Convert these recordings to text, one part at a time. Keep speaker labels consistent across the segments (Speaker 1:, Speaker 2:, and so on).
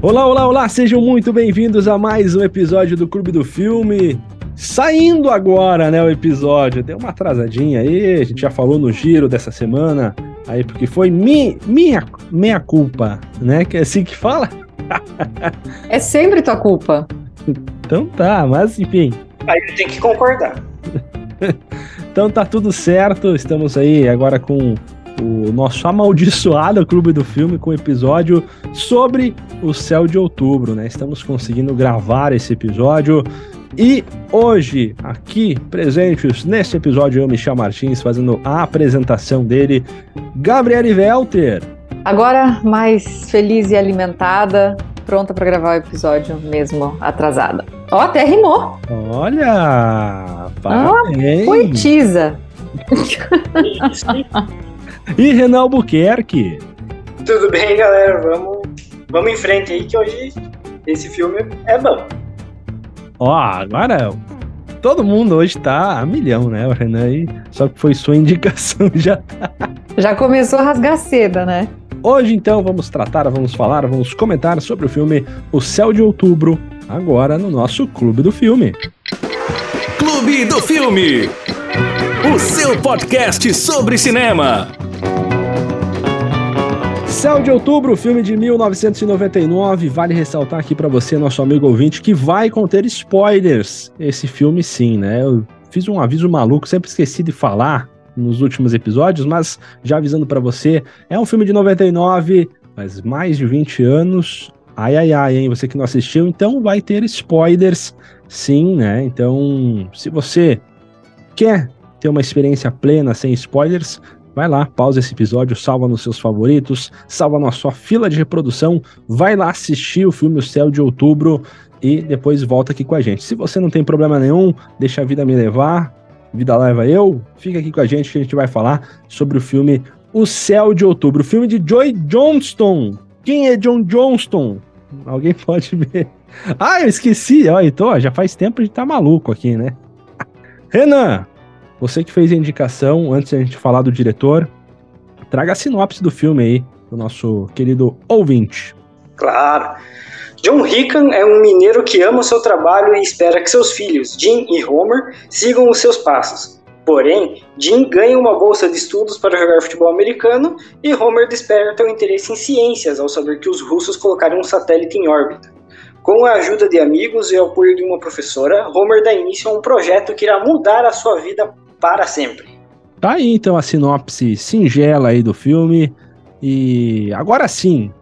Speaker 1: Olá, olá, olá, sejam muito bem-vindos a mais um episódio do Clube do Filme. Saindo agora, né, o episódio, deu uma atrasadinha aí, a gente já falou no giro dessa semana, aí porque foi minha culpa, né, que é assim que fala?
Speaker 2: É sempre tua culpa.
Speaker 1: Então tá, mas enfim.
Speaker 3: Aí tem que concordar.
Speaker 1: Então tá tudo certo, estamos aí agora com o nosso amaldiçoado Clube do Filme, com o episódio sobre o Céu de Outubro, né? Estamos conseguindo gravar esse episódio e hoje, aqui presentes nesse episódio, eu, Michel Martins, fazendo a apresentação dele, Gabriele Welter.
Speaker 2: Agora mais feliz e alimentada, pronta pra gravar o episódio mesmo atrasada. Ó, até rimou.
Speaker 1: Olha, parabéns.
Speaker 2: Poetisa.
Speaker 1: E Renan Albuquerque.
Speaker 3: Tudo bem, galera? Vamos em frente aí, que hoje esse filme é bom.
Speaker 1: Ó, agora todo mundo hoje tá a milhão, né? O Renan aí, só que foi sua indicação já tá.
Speaker 2: Já começou a rasgar seda, né?
Speaker 1: Hoje, então, vamos falar, vamos comentar sobre o filme O Céu de Outubro, agora no nosso Clube do Filme.
Speaker 4: Clube do Filme, o seu podcast sobre cinema.
Speaker 1: Céu de Outubro, filme de 1999, vale ressaltar aqui pra você, nosso amigo ouvinte, que vai conter spoilers. Esse filme sim, né? Eu fiz um aviso maluco, sempre esqueci de falar nos últimos episódios, mas já avisando pra você, é um filme de 99, faz mais de 20 anos. Ai, hein? Você que não assistiu, então vai ter spoilers, sim, né? Então, se você quer ter uma experiência plena, sem spoilers, vai lá, pausa esse episódio, salva nos seus favoritos, salva na sua fila de reprodução, vai lá assistir o filme O Céu de Outubro e depois volta aqui com a gente. Se você não tem problema nenhum, deixa a vida me levar, vida leva eu, fica aqui com a gente que a gente vai falar sobre o filme O Céu de Outubro, o filme de Joy Johnston. Quem é John Johnston? Alguém pode ver? Ah, eu esqueci, ó, então, já faz tempo de tá maluco aqui, né? Renan, você que fez a indicação, antes de a gente falar do diretor, traga a sinopse do filme aí, do nosso querido ouvinte.
Speaker 3: Claro. John Rican é um mineiro que ama o seu trabalho e espera que seus filhos, Jim e Homer, sigam os seus passos. Porém, Jim ganha uma bolsa de estudos para jogar futebol americano e Homer desperta o interesse em ciências ao saber que os russos colocaram um satélite em órbita. Com a ajuda de amigos e o apoio de uma professora, Homer dá início a um projeto que irá mudar a sua vida para sempre.
Speaker 1: Tá aí então a sinopse singela aí do filme. E agora sim,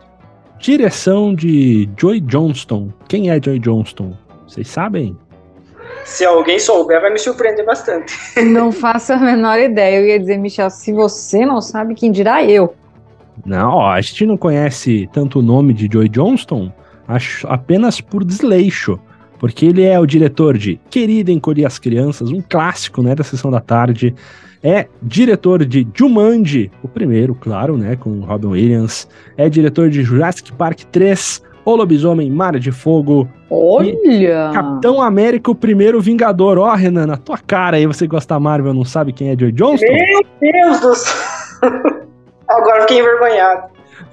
Speaker 1: direção de Joy Johnston. Quem é Joy Johnston? Vocês sabem?
Speaker 3: Se alguém souber, vai me surpreender bastante.
Speaker 2: Não faço a menor ideia. Eu ia dizer, Michel, se você não sabe, quem dirá eu?
Speaker 1: Não, ó, a gente não conhece tanto o nome de Joy Johnston, apenas por desleixo. Porque ele é o diretor de Querida Encolher as Crianças, um clássico, né, da Sessão da Tarde. É diretor de Jumanji, o primeiro, claro, né, com Robin Williams. É diretor de Jurassic Park 3, O Lobisomem Mar de Fogo.
Speaker 2: Olha!
Speaker 1: Capitão América, o primeiro Vingador. Ó, Renan, na tua cara aí, você gosta da Marvel, não sabe quem é Joy Johnston?
Speaker 3: Meu Deus do céu! Agora fiquei envergonhado.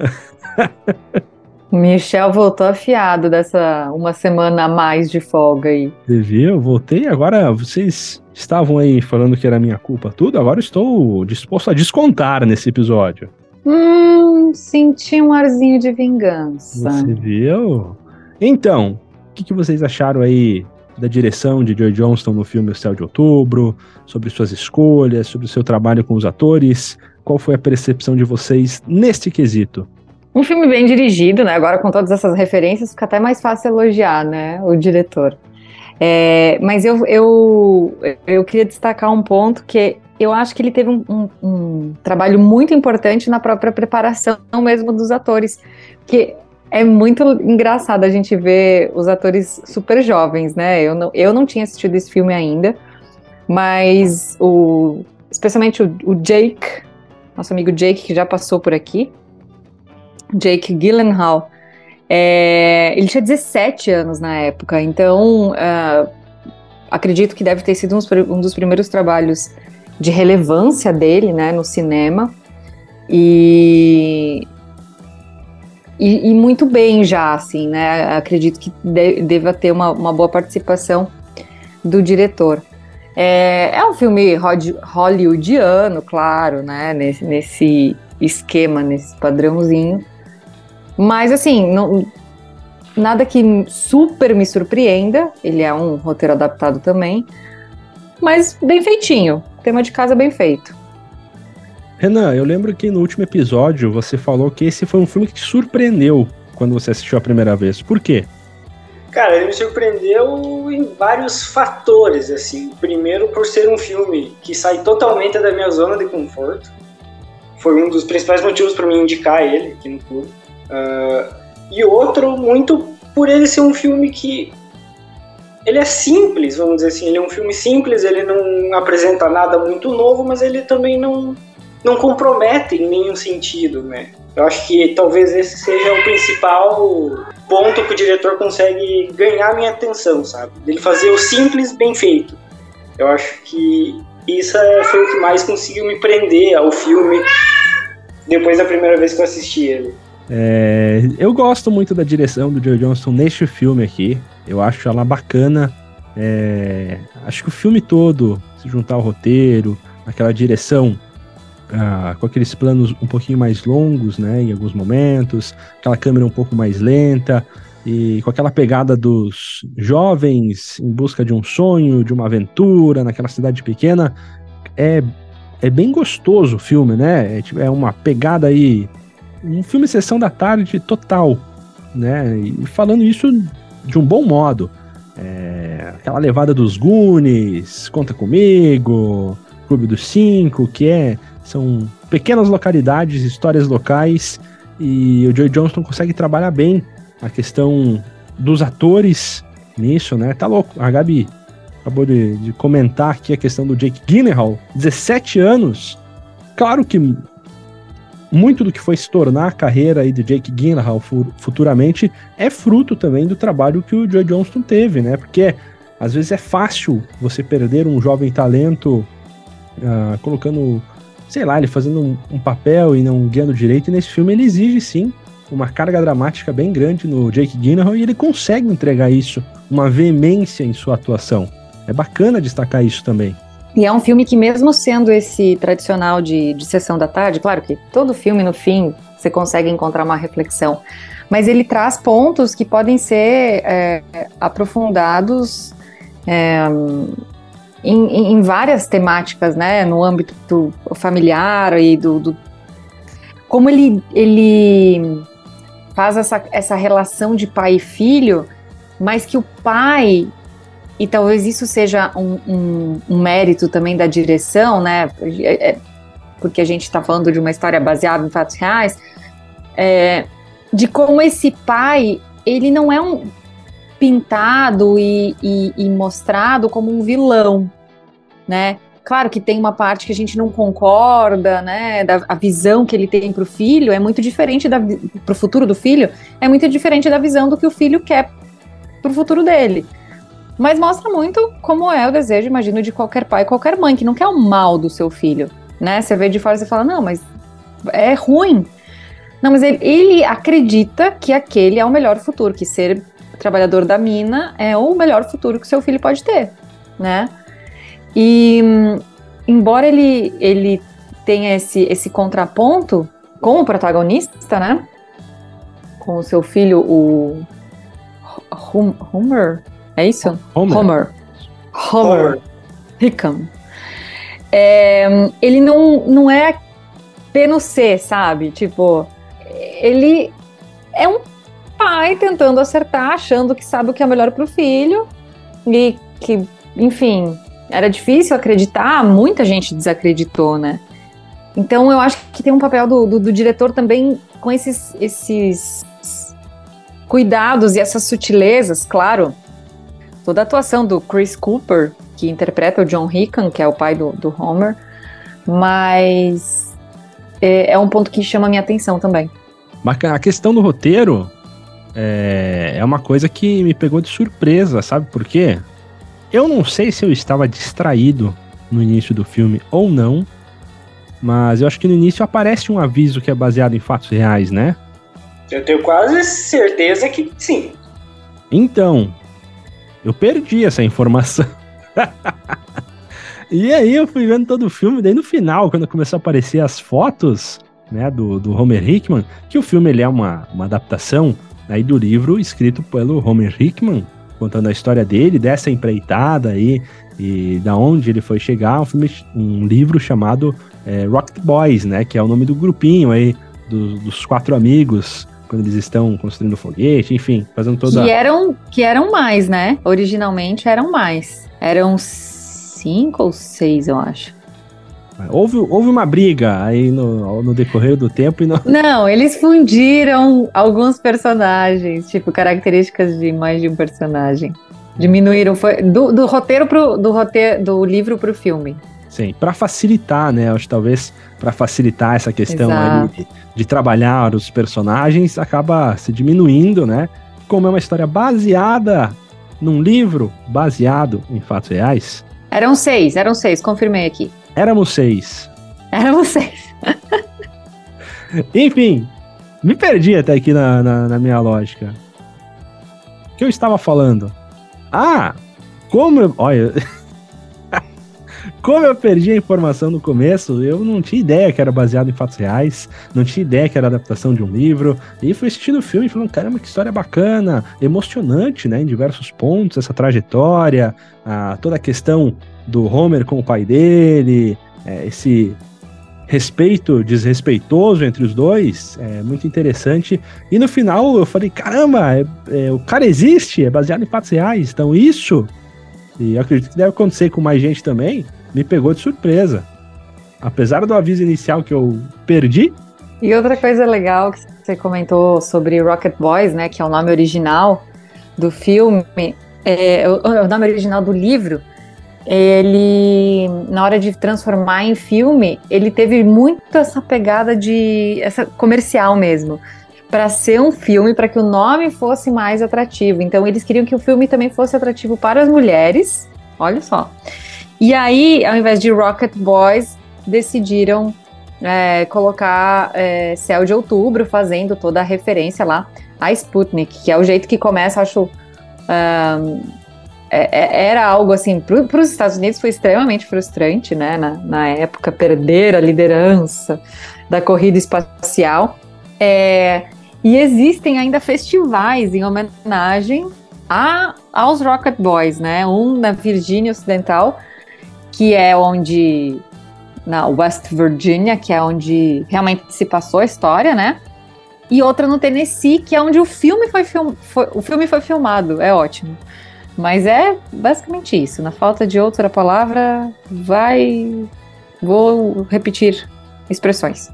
Speaker 2: Michel voltou afiado dessa uma semana a mais de folga aí.
Speaker 1: Você viu? Voltei, agora vocês estavam aí falando que era minha culpa tudo, agora eu estou disposto a descontar nesse episódio.
Speaker 2: Senti um arzinho de vingança.
Speaker 1: Você viu? Então, o que vocês acharam aí da direção de Joy Johnston no filme O Céu de Outubro, sobre suas escolhas, sobre o seu trabalho com os atores? Qual foi a percepção de vocês neste quesito?
Speaker 2: Um filme bem dirigido, né? Agora com todas essas referências fica até mais fácil elogiar, né? O diretor. Mas eu queria destacar um ponto que eu acho que ele teve um trabalho muito importante na própria preparação mesmo dos atores, que é muito engraçado a gente ver os atores super jovens, né? Eu não tinha assistido esse filme ainda, mas especialmente o Jake, nosso amigo Jake, que já passou por aqui, Jake Gyllenhaal, ele tinha 17 anos na época, então acredito que deve ter sido um dos primeiros trabalhos de relevância dele, né, no cinema, e e muito bem já, assim, né? Acredito que deva ter uma boa participação do diretor. É um filme hollywoodiano, claro, né? Nesse esquema, nesse padrãozinho. Mas, assim, nada que super me surpreenda. Ele é um roteiro adaptado também. Mas bem feitinho. Tema de casa bem feito.
Speaker 1: Renan, eu lembro que no último episódio você falou que esse foi um filme que te surpreendeu quando você assistiu a primeira vez. Por quê?
Speaker 3: Cara, ele me surpreendeu em vários fatores, assim. Primeiro, por ser um filme que sai totalmente da minha zona de conforto. Foi um dos principais motivos para mim indicar ele aqui no clube. E outro, muito por ele ser um filme que... Ele é simples, vamos dizer assim. Ele é um filme simples, ele não apresenta nada muito novo, mas ele também não compromete em nenhum sentido, né? Eu acho que talvez esse seja o principal ponto que o diretor consegue ganhar minha atenção, sabe? Ele fazer o simples bem feito. Eu acho que isso foi o que mais conseguiu me prender ao filme depois da primeira vez que eu assisti ele.
Speaker 1: Eu gosto muito da direção do Joe Johnston neste filme aqui. Eu acho ela bacana. Acho que o filme todo, se juntar ao roteiro, aquela direção... com aqueles planos um pouquinho mais longos, né, em alguns momentos, aquela câmera um pouco mais lenta, e com aquela pegada dos jovens em busca de um sonho, de uma aventura, naquela cidade pequena, é bem gostoso o filme, né, é uma pegada aí, um filme Sessão da Tarde total, né, e falando isso de um bom modo, aquela levada dos Goonies, Conta Comigo, Clube dos Cinco, são pequenas localidades, histórias locais, e o Joe Johnston consegue trabalhar bem a questão dos atores nisso, né? Tá louco. A Gabi acabou de comentar aqui a questão do Jake Gyllenhaal, 17 anos. Claro que muito do que foi se tornar a carreira aí do Jake Gyllenhaal futuramente é fruto também do trabalho que o Joe Johnston teve, né? Porque às vezes é fácil você perder um jovem talento colocando... sei lá, ele fazendo um papel e não guiando direito, e nesse filme ele exige sim uma carga dramática bem grande no Jake Gyllenhaal, e ele consegue entregar isso, uma veemência em sua atuação. É bacana destacar isso também.
Speaker 2: E é um filme que, mesmo sendo esse tradicional de Sessão da Tarde, claro que todo filme, no fim, você consegue encontrar uma reflexão, mas ele traz pontos que podem ser aprofundados em várias temáticas, né, no âmbito familiar e como ele faz essa relação de pai e filho, mas que o pai, e talvez isso seja um mérito também da direção, né, porque a gente está falando de uma história baseada em fatos reais, de como esse pai, ele não é pintado e mostrado como um vilão, né? Claro que tem uma parte que a gente não concorda, né? A visão que ele tem para o filho é muito diferente para o futuro do filho, é muito diferente da visão do que o filho quer para o futuro dele. Mas mostra muito como é o desejo, imagino, de qualquer pai, qualquer mãe, que não quer o mal do seu filho, né? Você vê de fora e você fala, não, mas é ruim. Não, mas ele acredita que aquele é o melhor futuro, que ser trabalhador da mina é o melhor futuro que o seu filho pode ter, né? E embora ele tenha esse contraponto com o protagonista, né? Com o seu filho, o Homer, é isso? Homer Hickam. Ele não é P no C, sabe? Tipo, ele é um pai tentando acertar, achando que sabe o que é melhor pro filho, e que, enfim, era difícil acreditar, muita gente desacreditou, né? Então eu acho que tem um papel do diretor também com esses cuidados e essas sutilezas, claro. Toda a atuação do Chris Cooper, que interpreta o John Hickam, que é o pai do Homer, mas é um ponto que chama a minha atenção também.
Speaker 1: A questão do roteiro é uma coisa que me pegou de surpresa, sabe por quê? Eu não sei se eu estava distraído no início do filme ou não, mas eu acho que no início aparece um aviso que é baseado em fatos reais, né?
Speaker 3: Eu tenho quase certeza que sim.
Speaker 1: Então, eu perdi essa informação. E aí eu fui vendo todo o filme, daí no final, quando começou a aparecer as fotos, né, do Homer Hickman, que o filme ele é uma adaptação aí do livro escrito pelo Homer Hickman, contando a história dele, dessa empreitada aí, e da onde ele foi chegar, um livro chamado Rocket Boys, né, que é o nome do grupinho aí, dos 4 amigos, quando eles estão construindo foguete, enfim, fazendo toda...
Speaker 2: Que eram mais, né? Originalmente eram mais. Eram 5 ou 6, eu acho.
Speaker 1: Houve uma briga aí no decorrer do tempo e
Speaker 2: Não, eles fundiram alguns personagens, tipo, características de mais de um personagem. Diminuíram, foi do roteiro do livro pro filme.
Speaker 1: Sim, para facilitar, né? Acho que talvez para facilitar essa questão aí de trabalhar os personagens, acaba se diminuindo, né? Como é uma história baseada num livro baseado em fatos reais.
Speaker 2: Eram 6, confirmei aqui.
Speaker 1: Éramos 6. Enfim, me perdi até aqui na minha lógica. O que eu estava falando? Olha... Como eu perdi a informação no começo, eu não tinha ideia que era baseado em fatos reais, não tinha ideia que era adaptação de um livro, e fui assistindo o filme e falando, caramba, que história bacana, emocionante, né, em diversos pontos, essa trajetória, toda a questão do Homer com o pai dele, esse respeito desrespeitoso entre os dois, é muito interessante, e no final eu falei, caramba, o cara existe, é baseado em fatos reais, então isso... E eu acredito que deve acontecer com mais gente também, me pegou de surpresa. Apesar do aviso inicial que eu perdi.
Speaker 2: E outra coisa legal que você comentou sobre Rocket Boys, né, que é o nome original do filme, o nome original do livro, ele, na hora de transformar em filme, ele teve muito essa pegada essa comercial mesmo, para ser um filme, para que o nome fosse mais atrativo. Então, eles queriam que o filme também fosse atrativo para as mulheres, olha só. E aí, ao invés de Rocket Boys, decidiram colocar Céu de Outubro, fazendo toda a referência lá a Sputnik, que é o jeito que começa, acho... era algo assim, para os Estados Unidos foi extremamente frustrante, né? Na época, perder a liderança da corrida espacial. E existem ainda festivais em homenagem aos Rocket Boys, né? Um na Virgínia Ocidental, que é onde... na West Virginia, que é onde realmente se passou a história, né? E outra no Tennessee, que é onde o filme foi filmado. É ótimo. Mas é basicamente isso. Na falta de outra palavra, vou repetir expressões.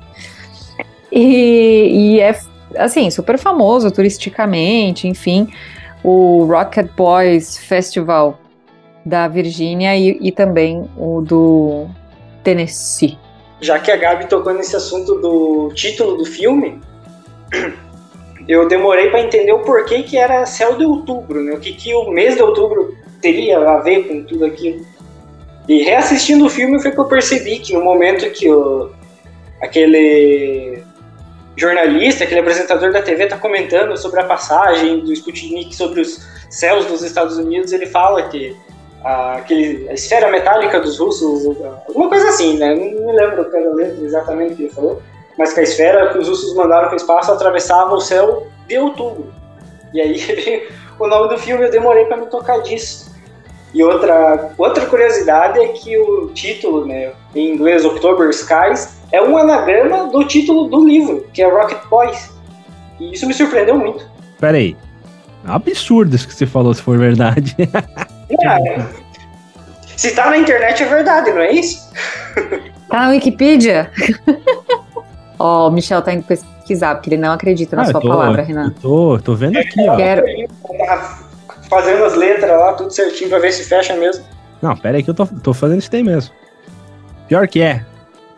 Speaker 2: E é, assim, super famoso turisticamente, enfim, o Rocket Boys Festival da Virgínia e também o do Tennessee.
Speaker 3: Já que a Gabi tocou nesse assunto do título do filme, eu demorei para entender o porquê que era Céu de Outubro, né? O que o mês de outubro teria a ver com tudo aquilo. E reassistindo o filme foi que eu percebi que no momento que aquele jornalista, aquele apresentador da TV tá comentando sobre a passagem do Sputnik sobre os céus dos Estados Unidos, ele fala que a esfera metálica dos russos, alguma coisa assim, né? Não me lembro cada letra exatamente o que ele falou, mas que a esfera que os russos mandaram para o espaço atravessava o céu de outubro. E aí o nome do filme eu demorei para me tocar disso. E outra curiosidade é que o título, né, em inglês October Skies, é um anagrama do título do livro, que é Rocket Boys. E isso me surpreendeu muito.
Speaker 1: Peraí, é um absurdo isso que você falou, se for verdade.
Speaker 3: Se tá na internet é verdade, não é isso?
Speaker 2: Tá na Wikipedia? O Michel tá indo pesquisar, porque ele não acredita na sua palavra, Renan.
Speaker 1: Tô vendo aqui, ó.
Speaker 3: Fazendo as letras lá, tudo certinho, pra ver se fecha mesmo.
Speaker 1: Não, pera aí que eu tô fazendo isso daí mesmo. Pior que é.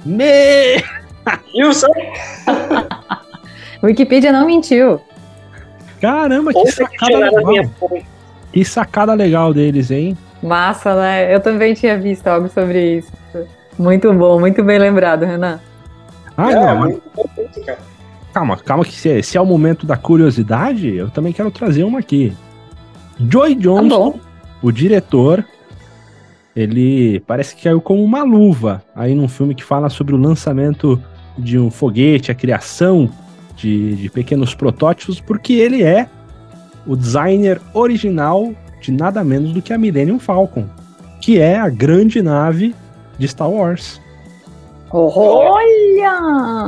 Speaker 3: Viu só?
Speaker 2: Wikipedia não mentiu.
Speaker 1: Caramba, que sacada legal. Que sacada legal deles, hein?
Speaker 2: Massa, né? Eu também tinha visto algo sobre isso. Muito bom, muito bem lembrado, Renan.
Speaker 3: Muito bom, cara.
Speaker 1: Calma que se é o momento da curiosidade, eu também quero trazer uma aqui. Joy Johnston, o diretor, ele parece que caiu como uma luva aí num filme que fala sobre o lançamento de um foguete, a criação de pequenos protótipos, porque ele é o designer original de nada menos do que a Millennium Falcon, que é a grande nave de Star Wars.
Speaker 2: Olha!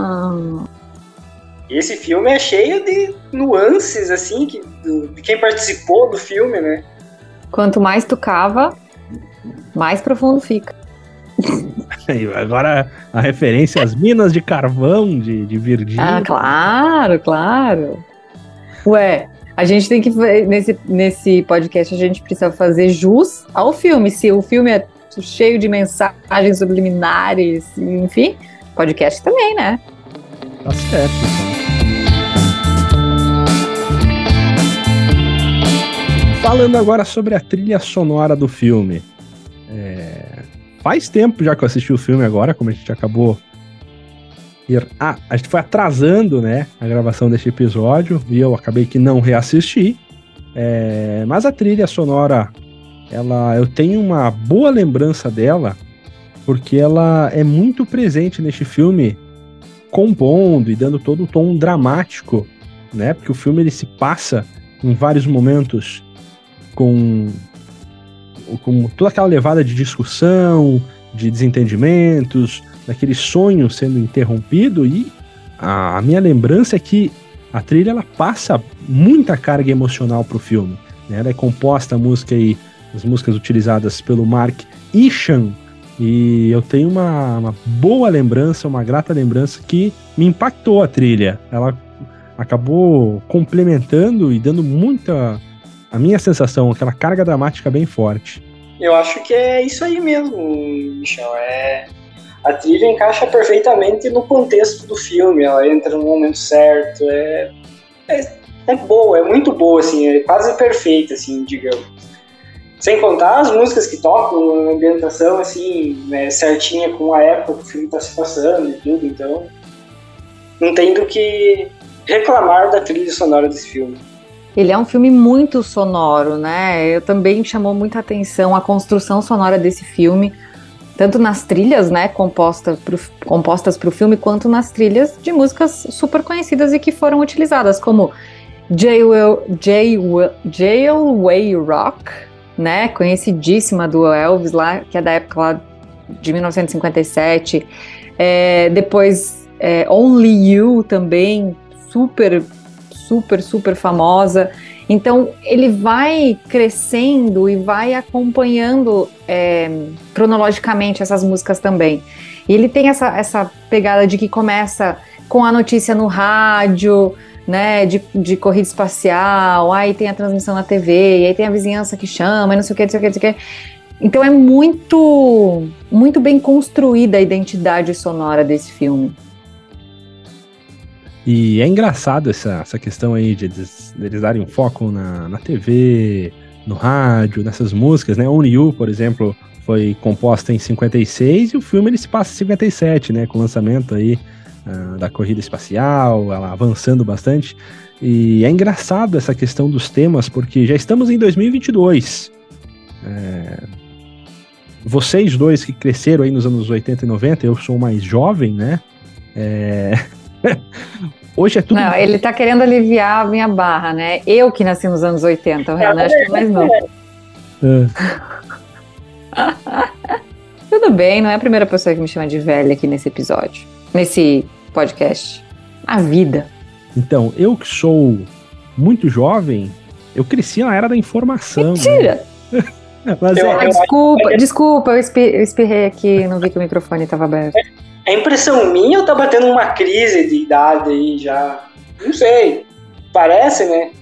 Speaker 3: Esse filme é cheio de nuances, assim, de quem participou do filme, né?
Speaker 2: Quanto mais tu cava, mais profundo fica.
Speaker 1: Agora a referência às minas de carvão de Virgínia.
Speaker 2: Ah, claro. Ué, a gente tem que, nesse podcast, a gente precisa fazer jus ao filme. Se o filme é cheio de mensagens subliminares, enfim, podcast também, né?
Speaker 1: Tá certo, então. Falando agora sobre a trilha sonora do filme. Faz tempo já que eu assisti o filme agora, como a gente acabou... a gente foi atrasando, né, a gravação deste episódio, e eu acabei que não reassisti. Mas a trilha sonora, eu tenho uma boa lembrança dela, porque ela é muito presente neste filme, compondo e dando todo o tom dramático, né? Porque o filme ele se passa em vários momentos com toda aquela levada de discussão, de desentendimentos, daquele sonho sendo interrompido, e a minha lembrança é que a trilha ela passa muita carga emocional pro filme, né? Ela é composta as músicas utilizadas pelo Mark Isham, e eu tenho uma boa lembrança, uma grata lembrança que me impactou a trilha. Ela acabou complementando e dando muita... a minha sensação, aquela carga dramática bem forte.
Speaker 3: Eu acho que é isso aí mesmo, Michel. A trilha encaixa perfeitamente no contexto do filme, ela entra no momento certo, é boa, é muito boa, assim, é quase perfeita, assim, digamos. Sem contar as músicas que tocam, a ambientação, assim, né, certinha com a época que o filme está se passando e tudo, então não tem do que reclamar da trilha sonora desse filme.
Speaker 2: Ele é um filme muito sonoro, né? Eu também chamou muita atenção a construção sonora desse filme, tanto nas trilhas, né, compostas para o filme, quanto nas trilhas de músicas super conhecidas e que foram utilizadas, como Jailway Rock, né, conhecidíssima do Elvis lá, que é da época lá de 1957. Depois Only You também, super famosa. Então ele vai crescendo e vai acompanhando cronologicamente essas músicas também. E ele tem essa pegada de que começa com a notícia no rádio, né, de corrida espacial, aí tem a transmissão na TV, e aí tem a vizinhança que chama, e não sei o que. Então é muito, muito bem construída a identidade sonora desse filme.
Speaker 1: E é engraçado essa questão aí de eles darem um foco na TV, no rádio, nessas músicas, né? Only You, por exemplo, foi composta em 56 e o filme ele se passa em 57, né? Com o lançamento aí da corrida espacial, ela avançando bastante. E é engraçado essa questão dos temas, porque já estamos em 2022. Vocês dois que cresceram aí nos anos 80 e 90, eu sou mais jovem, né? Hoje é tudo...
Speaker 2: Não, ele tá querendo aliviar a minha barra, né? Eu que nasci nos anos 80, o Renan acho que mais não. Tudo bem, não é a primeira pessoa que me chama de velha aqui nesse episódio, nesse podcast. A vida.
Speaker 1: Então, eu que sou muito jovem, eu cresci na era da informação.
Speaker 2: Mentira!
Speaker 1: Né? Mas
Speaker 2: Desculpa, eu espirrei aqui, não vi que o microfone estava aberto.
Speaker 3: É impressão minha ou tá batendo uma crise de idade aí já? Não sei. Parece, né?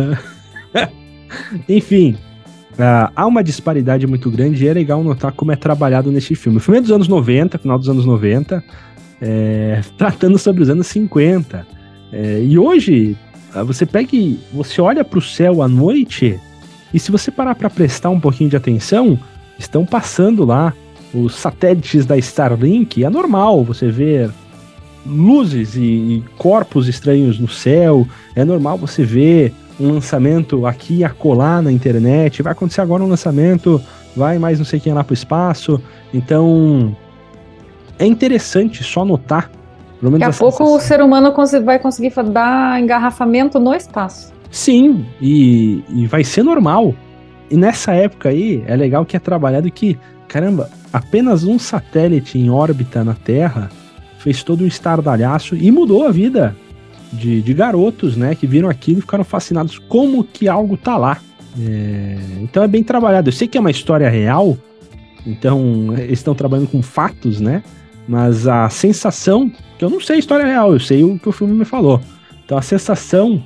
Speaker 1: Enfim, há uma disparidade muito grande e é legal notar como é trabalhado neste filme. O filme é dos anos 90, final dos anos 90, tratando sobre os anos 50. E hoje, você olha para o céu à noite e se você parar para prestar um pouquinho de atenção, estão passando lá os satélites da Starlink. É normal você ver luzes e corpos estranhos no céu. É normal você ver um lançamento aqui e acolá na internet. Vai acontecer agora um lançamento, vai mais não sei quem lá pro espaço. Então, é interessante só notar.
Speaker 2: Daqui a pouco o ser humano vai conseguir dar engarrafamento no espaço.
Speaker 1: Sim, e vai ser normal. E nessa época aí, é legal que é trabalhado que, caramba, apenas um satélite em órbita na Terra fez todo um estardalhaço e mudou a vida de garotos, né, que viram aquilo e ficaram fascinados como que algo tá lá. Então é bem trabalhado. Eu sei que é uma história real, então eles estão trabalhando com fatos, né, mas a sensação, que eu não sei a história real, eu sei o que o filme me falou. Então a sensação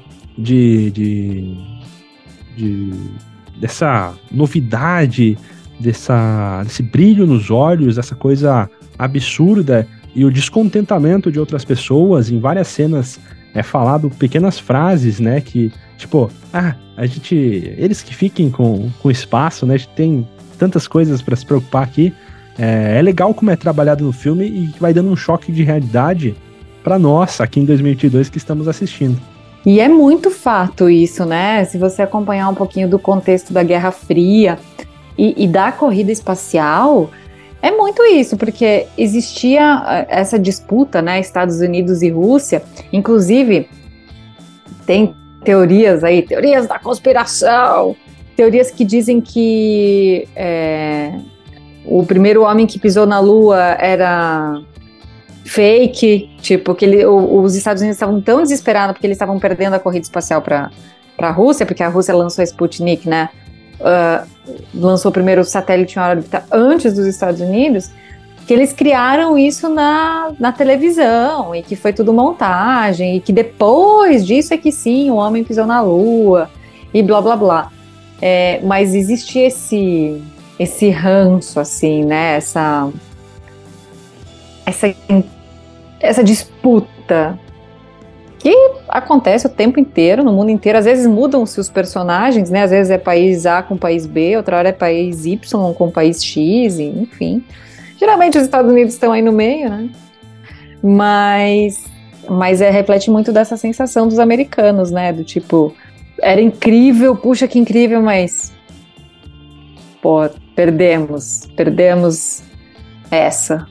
Speaker 1: dessa novidade, desse brilho nos olhos, essa coisa absurda e o descontentamento de outras pessoas. Em várias cenas é falado pequenas frases, né, que tipo, eles que fiquem com espaço, né, a gente tem tantas coisas para se preocupar aqui. É legal como é trabalhado no filme e vai dando um choque de realidade para nós aqui em 2022 que estamos assistindo.
Speaker 2: E é muito fato isso, né? Se você acompanhar um pouquinho do contexto da Guerra Fria e da corrida espacial, é muito isso, porque existia essa disputa, né? Estados Unidos e Rússia. Inclusive, tem teorias aí, teorias da conspiração, teorias que dizem que o primeiro homem que pisou na Lua era fake, tipo, que os Estados Unidos estavam tão desesperados porque eles estavam perdendo a corrida espacial para a Rússia, porque a Rússia lançou a Sputnik, né? Lançou o primeiro satélite em órbita antes dos Estados Unidos, que eles criaram isso na televisão, e que foi tudo montagem, e que depois disso é que sim, o homem pisou na Lua, e blá blá blá. Mas existe esse ranço, assim, né? Essa disputa que acontece o tempo inteiro, no mundo inteiro. Às vezes mudam-se os personagens, né? Às vezes é país A com país B, outra hora é país Y com país X, enfim. Geralmente os Estados Unidos estão aí no meio, né? Mas reflete muito dessa sensação dos americanos, né? Do tipo, era incrível, puxa que incrível, mas pô, perdemos essa.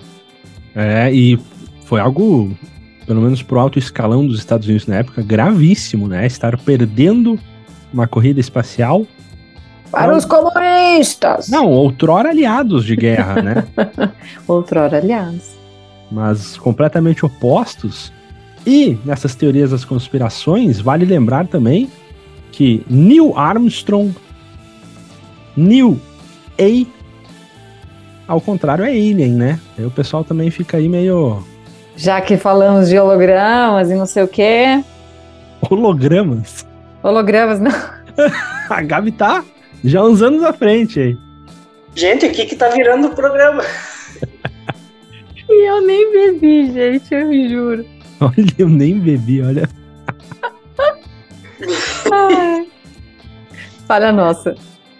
Speaker 1: E foi algo, pelo menos pro alto escalão dos Estados Unidos na época, gravíssimo, né? Estar perdendo uma corrida espacial
Speaker 2: para os comunistas!
Speaker 1: Não, outrora aliados de guerra, né?
Speaker 2: Outrora aliados.
Speaker 1: Mas completamente opostos. E nessas teorias das conspirações, vale lembrar também que Neil Armstrong, ao contrário, é alien, né? Aí o pessoal também fica aí meio...
Speaker 2: Já que falamos de hologramas e não sei o quê...
Speaker 1: Hologramas?
Speaker 2: Hologramas, não.
Speaker 1: A Gabi tá já uns anos à frente aí.
Speaker 3: Gente, o que tá virando o programa?
Speaker 2: E eu nem bebi, gente, eu me juro.
Speaker 1: Olha, eu nem bebi, olha.
Speaker 2: Falha nossa.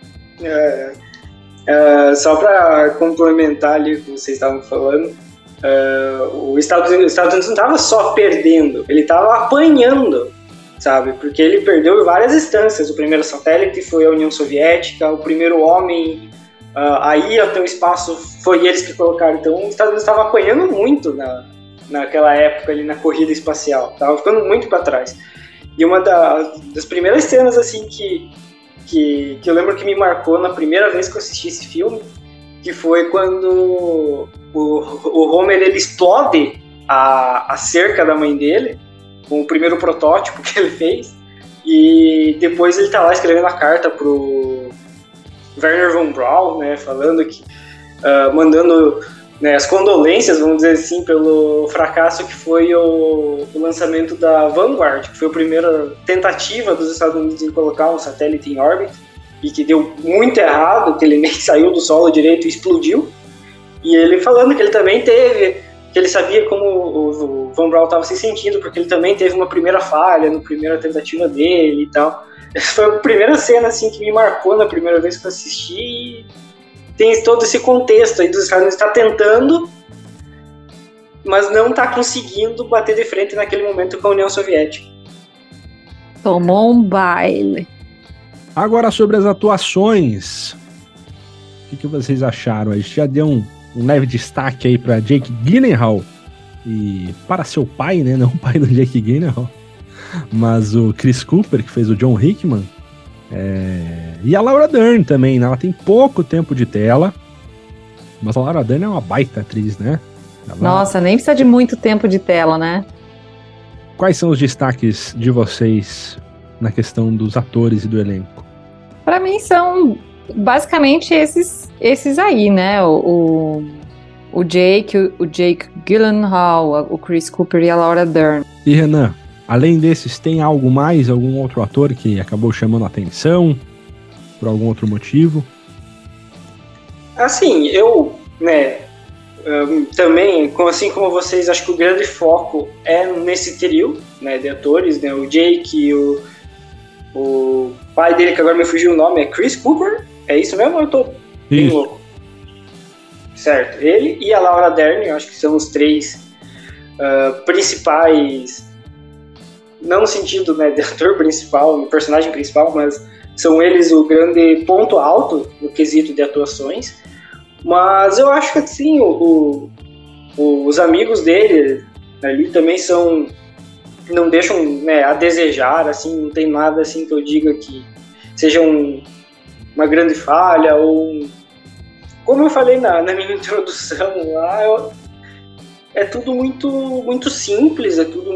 Speaker 3: Só para complementar ali o que vocês estavam falando, os Estados Unidos não estava só perdendo, ele estava apanhando, sabe? Porque ele perdeu em várias instâncias. O primeiro satélite foi a União Soviética, o primeiro homem a ir até o espaço foi eles que colocaram. Então os Estados Unidos estavam apanhando muito naquela época ali na corrida espacial, estava ficando muito para trás. E uma das primeiras cenas assim que eu lembro que me marcou na primeira vez que eu assisti esse filme, que foi quando o Homer ele explode a cerca da mãe dele, com o primeiro protótipo que ele fez, e depois ele tá lá escrevendo a carta pro Wernher von Braun, né, falando que, mandando, né, as condolências, vamos dizer assim, pelo fracasso que foi o lançamento da Vanguard, que foi a primeira tentativa dos Estados Unidos em colocar um satélite em órbita, e que deu muito errado, que ele nem saiu do solo direito e explodiu. E ele falando que ele também teve, que ele sabia como o Von Braun estava se sentindo, porque ele também teve uma primeira falha na primeira tentativa dele e tal. Essa foi a primeira cena assim, que me marcou na primeira vez que eu assisti, e tem todo esse contexto aí dos Estados Unidos estar tentando, mas não tá conseguindo bater de frente naquele momento com a União Soviética.
Speaker 2: Tomou um baile.
Speaker 1: Agora sobre as atuações. O que vocês acharam? A gente já deu um leve destaque aí para Jake Gyllenhaal e para seu pai, né? Não o pai do Jake Gyllenhaal, mas o Chris Cooper, que fez o John Hickman. E a Laura Dern também, né? Ela tem pouco tempo de tela, mas a Laura Dern é uma baita atriz, né?
Speaker 2: Nossa, nem precisa de muito tempo de tela, né?
Speaker 1: Quais são os destaques de vocês na questão dos atores e do elenco?
Speaker 2: Para mim são basicamente esses aí, né? O Jake Gyllenhaal, o Chris Cooper e a Laura Dern.
Speaker 1: E Renan, além desses, tem algo mais? Algum outro ator que acabou chamando a atenção por algum outro motivo?
Speaker 3: Assim, também, assim como vocês, acho que o grande foco é nesse trio, né, de atores, né? O Jake e o pai dele, que agora me fugiu o nome, é Chris Cooper? É isso mesmo ou eu tô bem louco? Certo, ele e a Laura Dern, eu acho que são os três principais, não no sentido, né, de ator principal, personagem principal, mas são eles o grande ponto alto no quesito de atuações. Mas eu acho que assim, os amigos dele ali também não deixam, né, a desejar, assim, não tem nada assim que eu diga que seja uma grande falha, ou como eu falei na minha introdução lá, é tudo muito simples, é tudo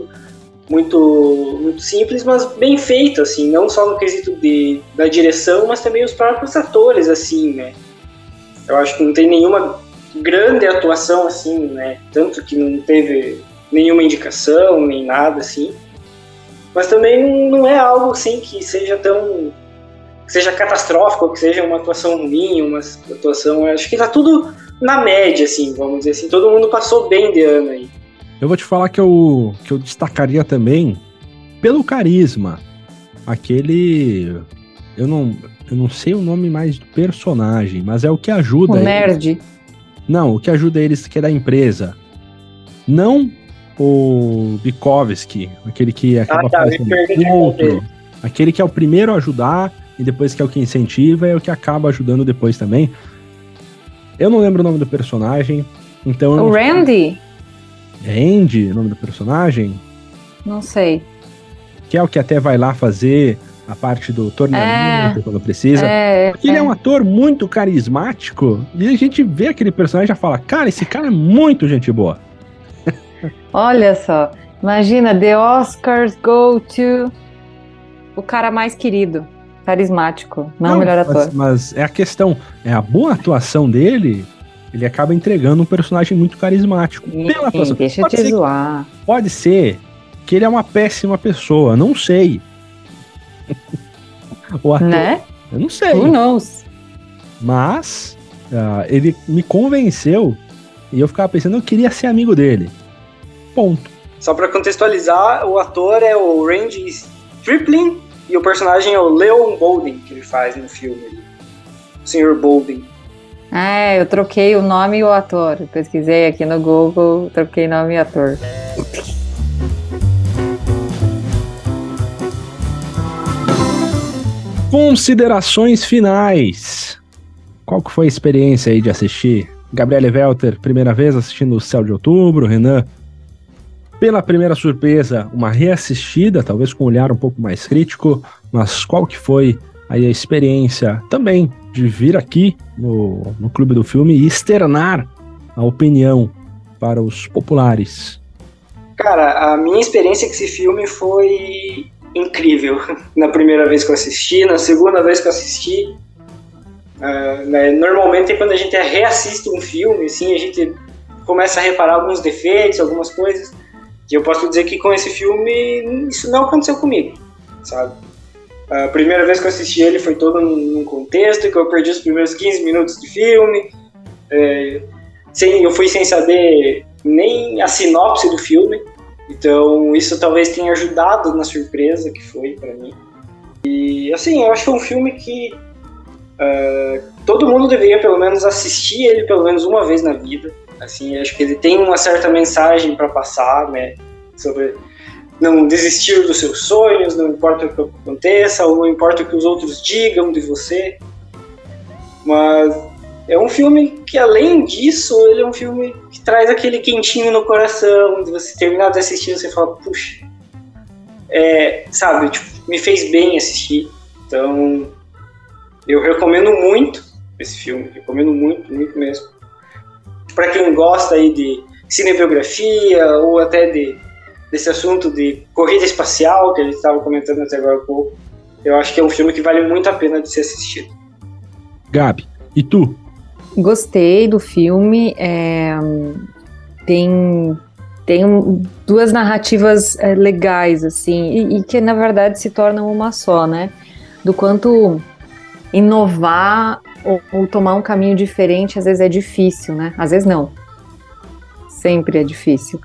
Speaker 3: muito simples, mas bem feito, assim, não só no quesito da direção, mas também os próprios atores, assim, né? Eu acho que não tem nenhuma grande atuação, assim, né? Tanto que não teve nenhuma indicação, nem nada, assim. Mas também não é algo, assim, que seja catastrófico, que seja uma atuação ruim, uma atuação... Acho que tá tudo na média, assim, vamos dizer assim. Todo mundo passou bem de ano aí.
Speaker 1: Eu vou te falar que eu destacaria também pelo carisma. Aquele... Eu não sei o nome mais do personagem, mas é o que ajuda
Speaker 2: o nerd.
Speaker 1: Não, o que ajuda eles, que é da empresa. Não o Bikovski, aquele que acaba fazendo o outro. Aquele que é o primeiro a ajudar e depois que é o que incentiva é o que acaba ajudando depois também. Eu não lembro o nome do personagem, então...
Speaker 2: O Randy?
Speaker 1: É Andy o nome do personagem?
Speaker 2: Não sei.
Speaker 1: Que é o que até vai lá fazer a parte do torneamento quando precisa. Porque ele é um ator muito carismático e a gente vê aquele personagem e já fala, cara, esse cara é muito gente boa.
Speaker 2: Olha só, imagina, the Oscars go to o cara mais querido, carismático, não o melhor ator.
Speaker 1: Mas é a questão, a boa atuação dele, ele acaba entregando um personagem muito carismático. Pela atuação.
Speaker 2: Deixa eu te zoar.
Speaker 1: Pode ser que ele é uma péssima pessoa, não sei. O ator,
Speaker 2: né?
Speaker 1: Eu não sei.
Speaker 2: Who knows?
Speaker 1: Mas ele me convenceu e eu ficava pensando, eu queria ser amigo dele. Ponto.
Speaker 3: Só pra contextualizar, o ator é o Randy Stripling e o personagem é o Leon Bolden, que ele faz no filme. O Sr. Bolden.
Speaker 2: Eu troquei o nome e o ator. Eu pesquisei aqui no Google, troquei nome e ator.
Speaker 1: Considerações finais. Qual que foi a experiência aí de assistir? Gabriele Welter, primeira vez assistindo O Céu de Outubro. Renan, pela primeira surpresa, uma reassistida, talvez com um olhar um pouco mais crítico, mas qual que foi aí a experiência também de vir aqui no Clube do Filme e externar a opinião para os populares? Cara,
Speaker 3: a minha experiência com esse filme foi incrível. Na primeira vez que eu assisti, na segunda vez que eu assisti, normalmente quando a gente reassiste um filme, assim, a gente começa a reparar alguns defeitos, algumas coisas, e eu posso dizer que com esse filme isso não aconteceu comigo, sabe? A primeira vez que eu assisti ele foi todo num contexto que eu perdi os primeiros 15 minutos de filme, eu fui sem saber nem a sinopse do filme, então isso talvez tenha ajudado na surpresa que foi pra mim. E assim, eu acho que é um filme que todo mundo deveria pelo menos assistir ele pelo menos uma vez na vida. Assim, acho que ele tem uma certa mensagem para passar, né, sobre não desistir dos seus sonhos, não importa o que aconteça, ou não importa o que os outros digam de você. Mas é um filme que, além disso, ele é um filme que traz aquele quentinho no coração, de você terminar de assistir e você fala, puxa, sabe, tipo, me fez bem assistir. Então, eu recomendo muito esse filme, recomendo muito, muito mesmo. Para quem gosta aí de cinebiografia ou até desse assunto de corrida espacial que a gente estava comentando até agora há pouco, eu acho que é um filme que vale muito a pena de ser assistido.
Speaker 1: Gabi, e tu?
Speaker 2: Gostei do filme. Tem duas narrativas legais, assim, e que na verdade se tornam uma só, né? Do quanto inovar ou tomar um caminho diferente às vezes é difícil, né? Às vezes não. Sempre é difícil.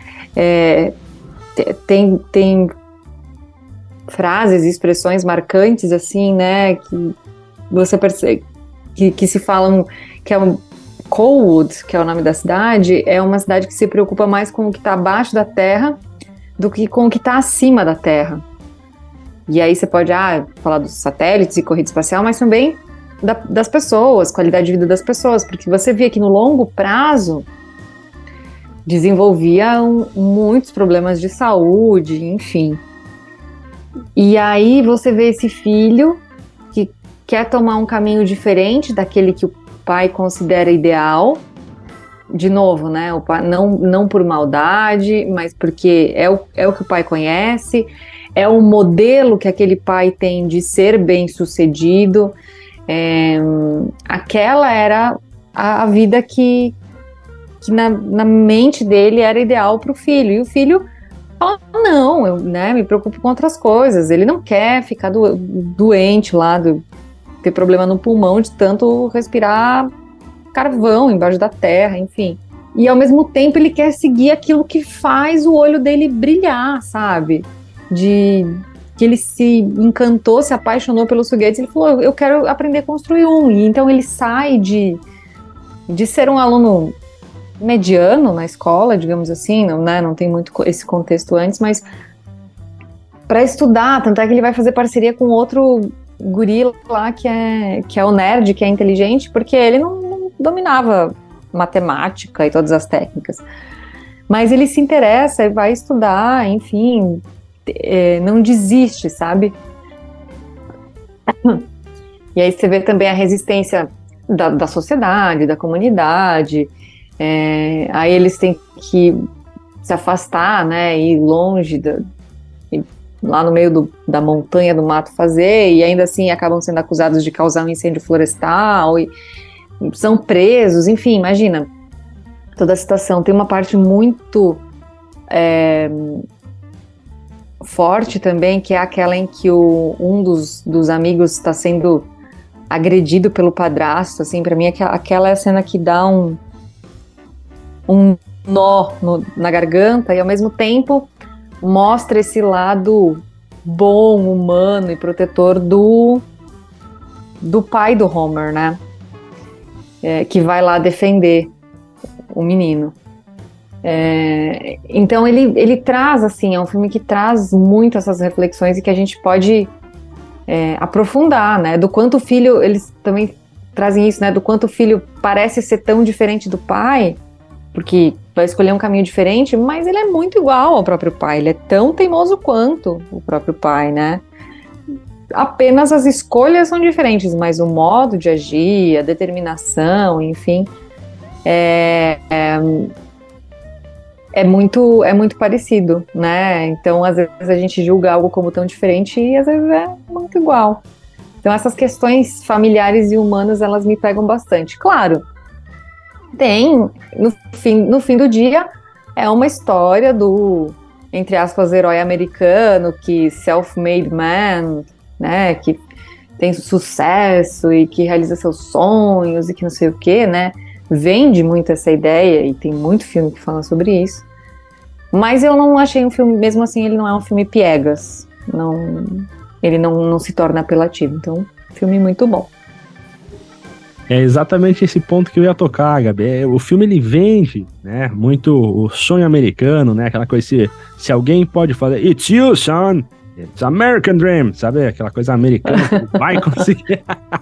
Speaker 2: Tem frases e expressões marcantes, assim, né? Que você percebe que se falam que é Colwood, que é o nome da cidade, é uma cidade que se preocupa mais com o que está abaixo da terra do que com o que está acima da terra. E aí você pode falar dos satélites e corrida espacial, mas também das pessoas, qualidade de vida das pessoas, porque você via que no longo prazo desenvolviam muitos problemas de saúde, enfim. E aí você vê esse filho que quer tomar um caminho diferente daquele que o pai considera ideal, de novo, né? O pai, não por maldade, mas porque é o que o pai conhece, é o modelo que aquele pai tem de ser bem-sucedido. Aquela era a vida que na mente dele era ideal para o filho. E o filho fala, não, eu me preocupo com outras coisas. Ele não quer ficar doente lá, ter problema no pulmão de tanto respirar carvão embaixo da terra, enfim. E ao mesmo tempo ele quer seguir aquilo que faz o olho dele brilhar, sabe? Que ele se encantou, se apaixonou pelos foguetes, ele falou, eu quero aprender a construir um. E então ele sai de ser um aluno mediano na escola, digamos assim, não tem muito esse contexto antes, mas para estudar, tanto é que ele vai fazer parceria com outro guri lá que é o nerd, que é inteligente, porque ele não dominava matemática e todas as técnicas. Mas ele se interessa e vai estudar, enfim, não desiste, sabe? E aí você vê também a resistência da sociedade, da comunidade. Aí eles têm que se afastar, né, ir longe, lá no meio da montanha, do mato fazer, e ainda assim acabam sendo acusados de causar um incêndio florestal, e são presos, enfim, imagina toda a situação. Tem uma parte muito forte também, que é aquela em que um dos amigos está sendo agredido pelo padrasto, assim, pra mim aquela é a cena que dá um nó na garganta e ao mesmo tempo mostra esse lado bom, humano e protetor do pai do Homer, né? Que vai lá defender o menino. Então ele traz, assim, é um filme que traz muito essas reflexões e que a gente pode aprofundar, né? Do quanto o filho, eles também trazem isso, né? Do quanto o filho parece ser tão diferente do pai, porque vai escolher um caminho diferente, mas ele é muito igual ao próprio pai, ele é tão teimoso quanto o próprio pai, né? Apenas as escolhas são diferentes, mas o modo de agir, a determinação, enfim, é muito parecido, né? Então, às vezes a gente julga algo como tão diferente e às vezes é muito igual. Então, essas questões familiares e humanas, elas me pegam bastante. Claro, tem, no fim do dia, é uma história do, entre aspas, herói americano, que self-made man, né, que tem sucesso e que realiza seus sonhos e que não sei o quê, né, vende muito essa ideia e tem muito filme que fala sobre isso, mas eu não achei um filme, mesmo assim ele não é um filme piegas, ele não se torna apelativo, então filme muito bom.
Speaker 1: É exatamente esse ponto que eu ia tocar, Gabi. O filme, ele vende, né, muito o sonho americano, né, aquela coisa, se alguém pode fazer, it's you, son, it's American Dream, sabe, aquela coisa americana que vai conseguir.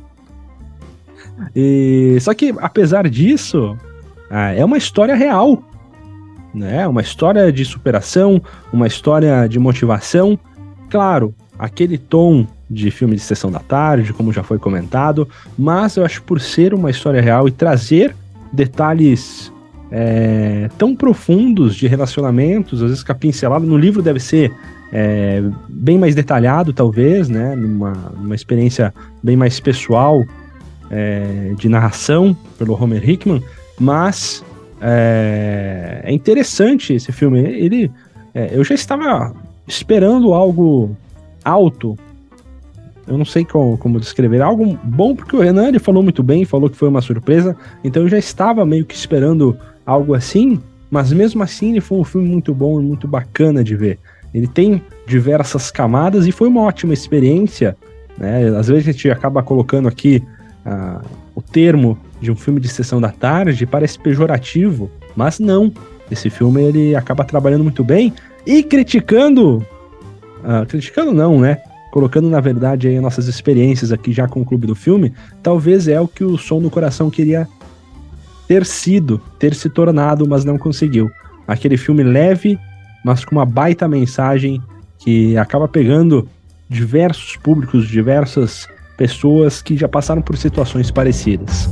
Speaker 1: Só que, apesar disso, é uma história real, né, uma história de superação, uma história de motivação, claro, aquele tom de filme de sessão da tarde, como já foi comentado, mas eu acho que por ser uma história real e trazer detalhes tão profundos de relacionamentos, às vezes com a pincelada, no livro deve ser bem mais detalhado, talvez, né, numa experiência bem mais pessoal de narração pelo Homer Hickman, mas é interessante esse filme. Eu já estava esperando algo alto, eu não sei como descrever, algo bom, porque o Renan, ele falou muito bem, falou que foi uma surpresa, então eu já estava meio que esperando algo assim, mas mesmo assim ele foi um filme muito bom e muito bacana de ver. Ele tem diversas camadas e foi uma ótima experiência, né? Às vezes a gente acaba colocando aqui o termo de um filme de sessão da tarde, parece pejorativo, mas não, esse filme ele acaba trabalhando muito bem e criticando não, né? Colocando, na verdade, aí as nossas experiências aqui já com o Clube do Filme, talvez é o que o Som do Coração queria ter se tornado, mas não conseguiu. Aquele filme leve, mas com uma baita mensagem que acaba pegando diversos públicos, diversas pessoas que já passaram por situações parecidas.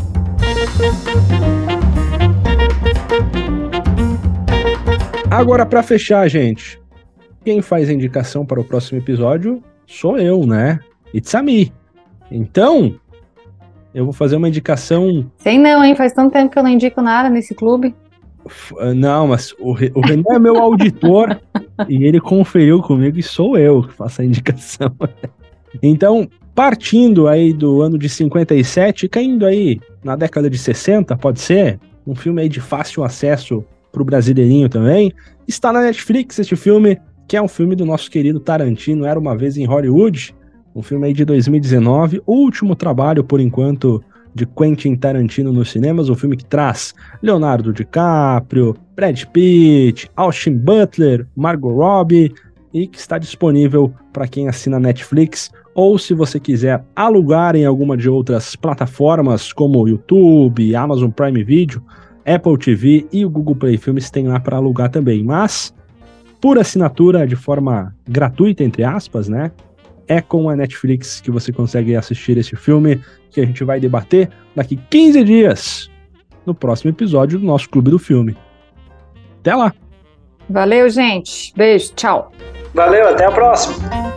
Speaker 1: Agora, para fechar, gente, quem faz a indicação para o próximo episódio sou eu, né? It's a me. Então, eu vou fazer uma indicação...
Speaker 2: Sei não, hein? Faz tanto tempo que eu não indico nada nesse clube.
Speaker 1: Não, mas o Renan é meu auditor e ele conferiu comigo e sou eu que faço a indicação. Então, partindo aí do ano de 57, caindo aí na década de 60, pode ser? Um filme aí de fácil acesso pro brasileirinho também. Está na Netflix este filme, que é um filme do nosso querido Tarantino, Era Uma Vez em Hollywood, um filme aí de 2019, o último trabalho, por enquanto, de Quentin Tarantino nos cinemas, um filme que traz Leonardo DiCaprio, Brad Pitt, Austin Butler, Margot Robbie, e que está disponível para quem assina Netflix, ou se você quiser alugar em alguma de outras plataformas, como YouTube, Amazon Prime Video, Apple TV e o Google Play Filmes tem lá para alugar também, mas por assinatura, de forma gratuita, entre aspas, né? É com a Netflix que você consegue assistir esse filme, que a gente vai debater daqui 15 dias, no próximo episódio do nosso Clube do Filme. Até lá!
Speaker 2: Valeu, gente. Beijo, tchau.
Speaker 3: Valeu, até a próxima!